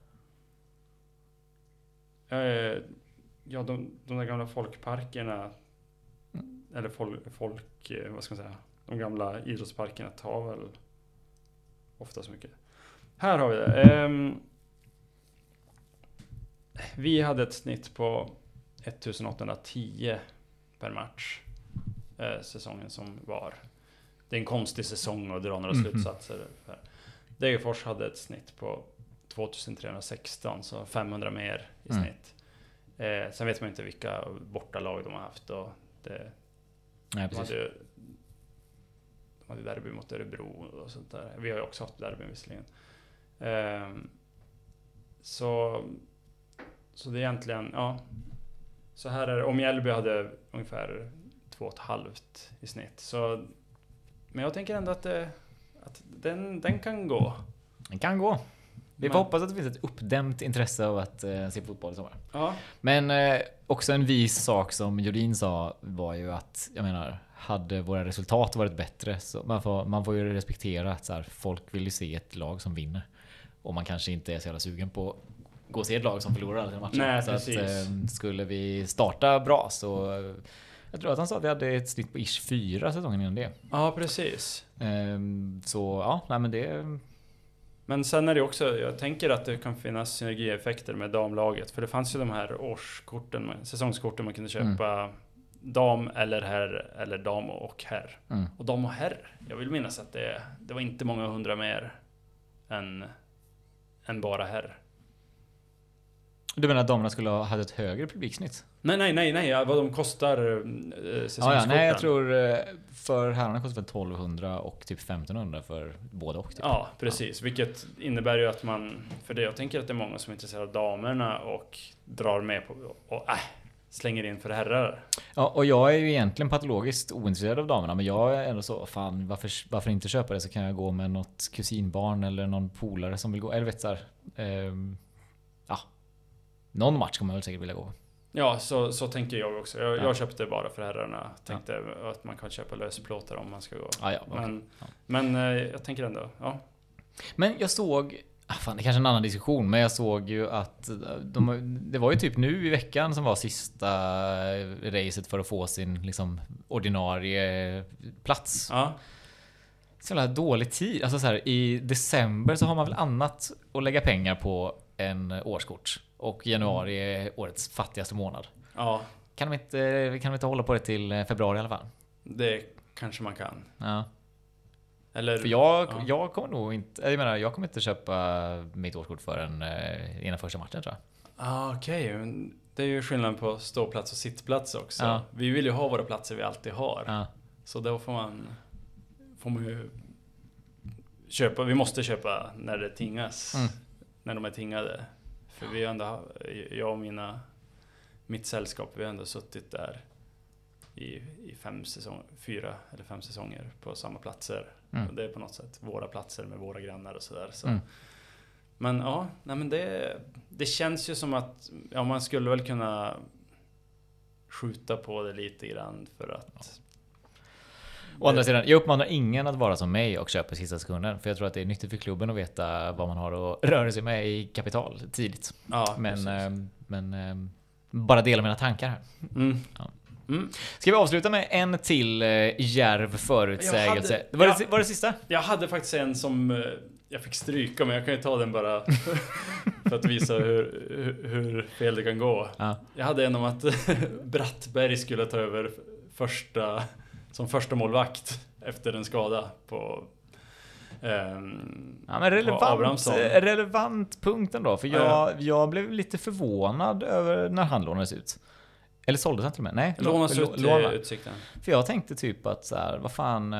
jag. Eh, ja, de, de där gamla folkparkerna mm. eller folk, folk, vad ska man säga, de gamla idrottsparkerna tar väl ofta så mycket. Här har vi det. Eh, vi hade ett snitt på ettusenåttahundratio per match eh, säsongen som var. Det är en konstig säsong och dra några mm-hmm. slutsatser. Degerfors hade ett snitt på tvåtusentrehundrasexton, så femhundra mer i mm. snitt. Eh, sen vet man inte vilka bortalag de har haft. Och det, Nej, de, hade, de hade derby mot Örebro och sånt där. Vi har ju också haft derby visserligen. Eh, så, så det är egentligen, ja. Så här är det. Om Mjällby hade ungefär två och ett halvt i snitt. Så, men jag tänker ändå att, det, att den, den kan gå. Den kan gå. Vi får hoppas att det finns ett uppdämt intresse av att eh, se fotboll i sommar. Ja. Men eh, också en vis sak som Jordin sa var ju att, jag menar, hade våra resultat varit bättre, så man får, man får ju respektera att så här, folk vill ju se ett lag som vinner. Och man kanske inte är så jävla sugen på att gå och se ett lag som förlorar alla sina matcher. Nej, så precis. att, eh, skulle vi starta bra så... Eh, jag tror att han sa att vi hade ett snitt på ish fyra säsongen innan det. Ja, precis. Eh, så ja, nej men det... Men sen är det också, jag tänker att det kan finnas synergieffekter med damlaget. För det fanns ju de här årskorten, säsongskorten man kunde köpa mm. dam eller herr, eller dam och herr. Mm. Och dam och herr, jag vill minnas att det, det var inte många hundra mer än, än bara herr. Du menar att damerna skulle ha haft ett högre publiksnitt? Nej, nej, nej, nej. Vad de kostar eh, säsongskorten. Ja, ja, nej, jag tror för herrarna kostar tolvhundra och typ femtonhundra för båda och. Typ. Ja, precis. Ja. Vilket innebär ju att man, för det jag tänker att det är många som är intresserade av damerna och drar med på och äh, slänger in för herrar. Ja, och jag är ju egentligen patologiskt ointresserad av damerna, men jag är ändå så, fan, varför, varför inte köpa det, så kan jag gå med något kusinbarn eller någon polare som vill gå, eller vet så här, eh, ja. Någon match kommer man väl säkert vilja gå. Ja, så, så tänker jag också. Jag, ja. jag köpte bara för herrarna. Tänkte ja. att man kan köpa lösplåtar om man ska gå. Ah, ja, okay. Men, ja. men jag tänker ändå, ja. Men jag såg, ah, fan, det är kanske en annan diskussion, men jag såg ju att de, det var ju typ nu i veckan som var sista racet för att få sin liksom, ordinarie plats. Ja. Så jävla dålig tid. Alltså så här, i december så har man väl annat att lägga pengar på än årskort. Och januari är årets fattigaste månad. Ja. Kan de inte, kan de inte hålla på det till februari i alla fall? Det kanske man kan. Ja. Eller, för jag, ja. jag kommer nog inte, jag menar, jag kommer inte köpa mitt årskort förrän innan första matchen, tror jag. Ah, okej. Okay. Det är ju skillnad på ståplats och sittplats också. Ja. Vi vill ju ha våra platser vi alltid har. Ja. Så då får man, får man ju köpa, vi måste köpa när det tingas. Mm. När de är tingade. För vi har ändå, jag och mina, mitt sällskap, vi har ändå suttit där i, i fem säsonger, fyra eller fem säsonger på samma platser. Mm. Och det är på något sätt våra platser med våra grannar och sådär. Så. Mm. Men ja, nej men det, det känns ju som att ja, man skulle väl kunna skjuta på det lite grann för att... Å andra sidan, jag uppmanar ingen att vara som mig och köpa sista sekunden. För jag tror att det är nyttigt för klubben att veta vad man har att röra sig med i kapital tidigt. Ja, men äh, men äh, bara dela mina tankar här. Mm. Ja. Mm. Ska vi avsluta med en till äh, djärv förutsägelse? Hade, var, jag, det, var det sista? Jag hade faktiskt en som äh, jag fick stryka, men jag kan ju ta den bara för att visa hur, hur, hur fel det kan gå. Ja. Jag hade en om att Brattberg skulle ta över första... som första målvakt efter en skada på, um, ja, men relevant, relevant punkten då. För jag, ja. jag blev lite förvånad över när han lånades ut. Eller såldes han till och med? Nej, lånas ut i Utsikten. För jag tänkte typ att så här, vad fan,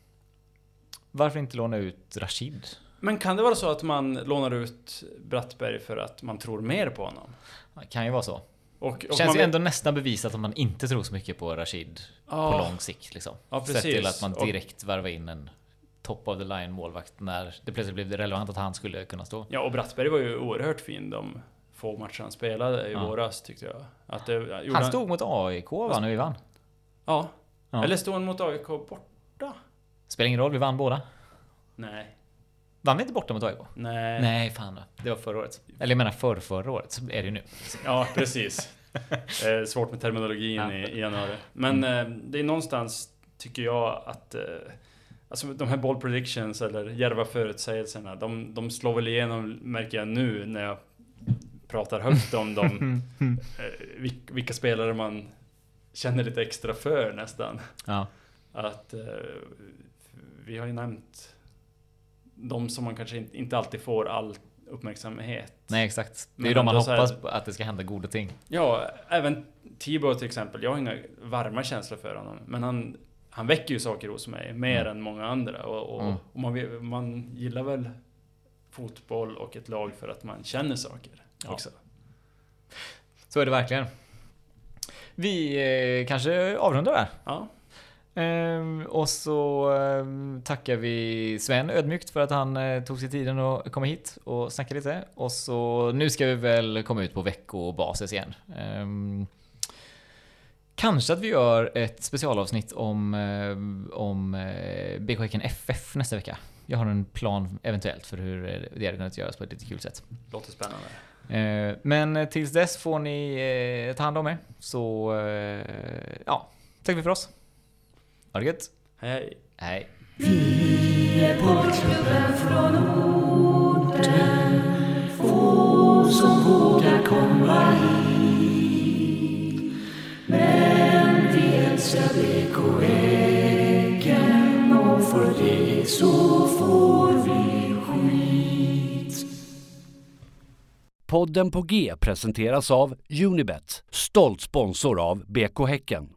varför inte låna ut Rashid? Men kan det vara så att man lånar ut Brattberg för att man tror mer på honom? Det kan ju vara så. Och, och känns man ju ändå nästan bevisat att man inte tror så mycket på Rashid ah, på lång sikt liksom. Ja, precis. Sett till att man direkt värvar in en top of the line målvakt när det plötsligt blev relevant att han skulle kunna stå. Ja, och Brattberg var ju oerhört fin de få matcher han spelade i Ja. våras tyckte jag. Att det, Han stod mot A I K va, när vi vann? Ja. Ja. Eller stod han mot A I K borta? Spelar ingen roll, vi vann båda. Nej. Vann vi inte borta mot A I K? Nej. Nej, fan då. Det var förra året. Eller jag menar för förra året, så är det ju nu. Ja, precis. eh, svårt med terminologin Ja. i, i januari. Men Mm. eh, det är någonstans, tycker jag, att eh, alltså de här ball predictions eller djärva förutsägelserna, de, de slår väl igenom, märker jag nu när jag pratar högt om dem. eh, vilka, vilka spelare man känner lite extra för nästan. Ja. Att eh, vi har ju nämnt de som man kanske inte, inte alltid får all uppmärksamhet. Nej, exakt. Det är Men ju de man ändå så här- hoppas på att det ska hända goda ting. Ja, även Tibor till exempel. Jag har inga varma känslor för honom. Men han, han väcker ju saker hos mig mer Mm. än många andra. Och, och, Mm. och man, vill- man gillar väl fotboll och ett lag för att man känner saker Ja. också. Så är det verkligen. Vi eh, kanske avrundar där. Ja, Ehm, och så ehm, tackar vi Sven ödmjukt för att han eh, tog sig tiden att komma hit och snacka lite. Och så nu ska vi väl komma ut på veckobasis igen. Ehm, kanske att vi gör ett specialavsnitt om, eh, om eh, B K Häcken F F nästa vecka. Jag har en plan eventuellt för hur eh, det hade kunnat göras på ett lite kul sätt. låter spännande. Eh, men tills dess får ni eh, ta hand om er. Så eh, ja, tack för oss. Ha det gött. Hej. Hej. Vi är bollklubben från orten, få som vågar komma hit. Men vi älskar B K Häcken och för det så får vi skit. Podden på G presenteras av Unibet, stolt sponsor av B K Häcken.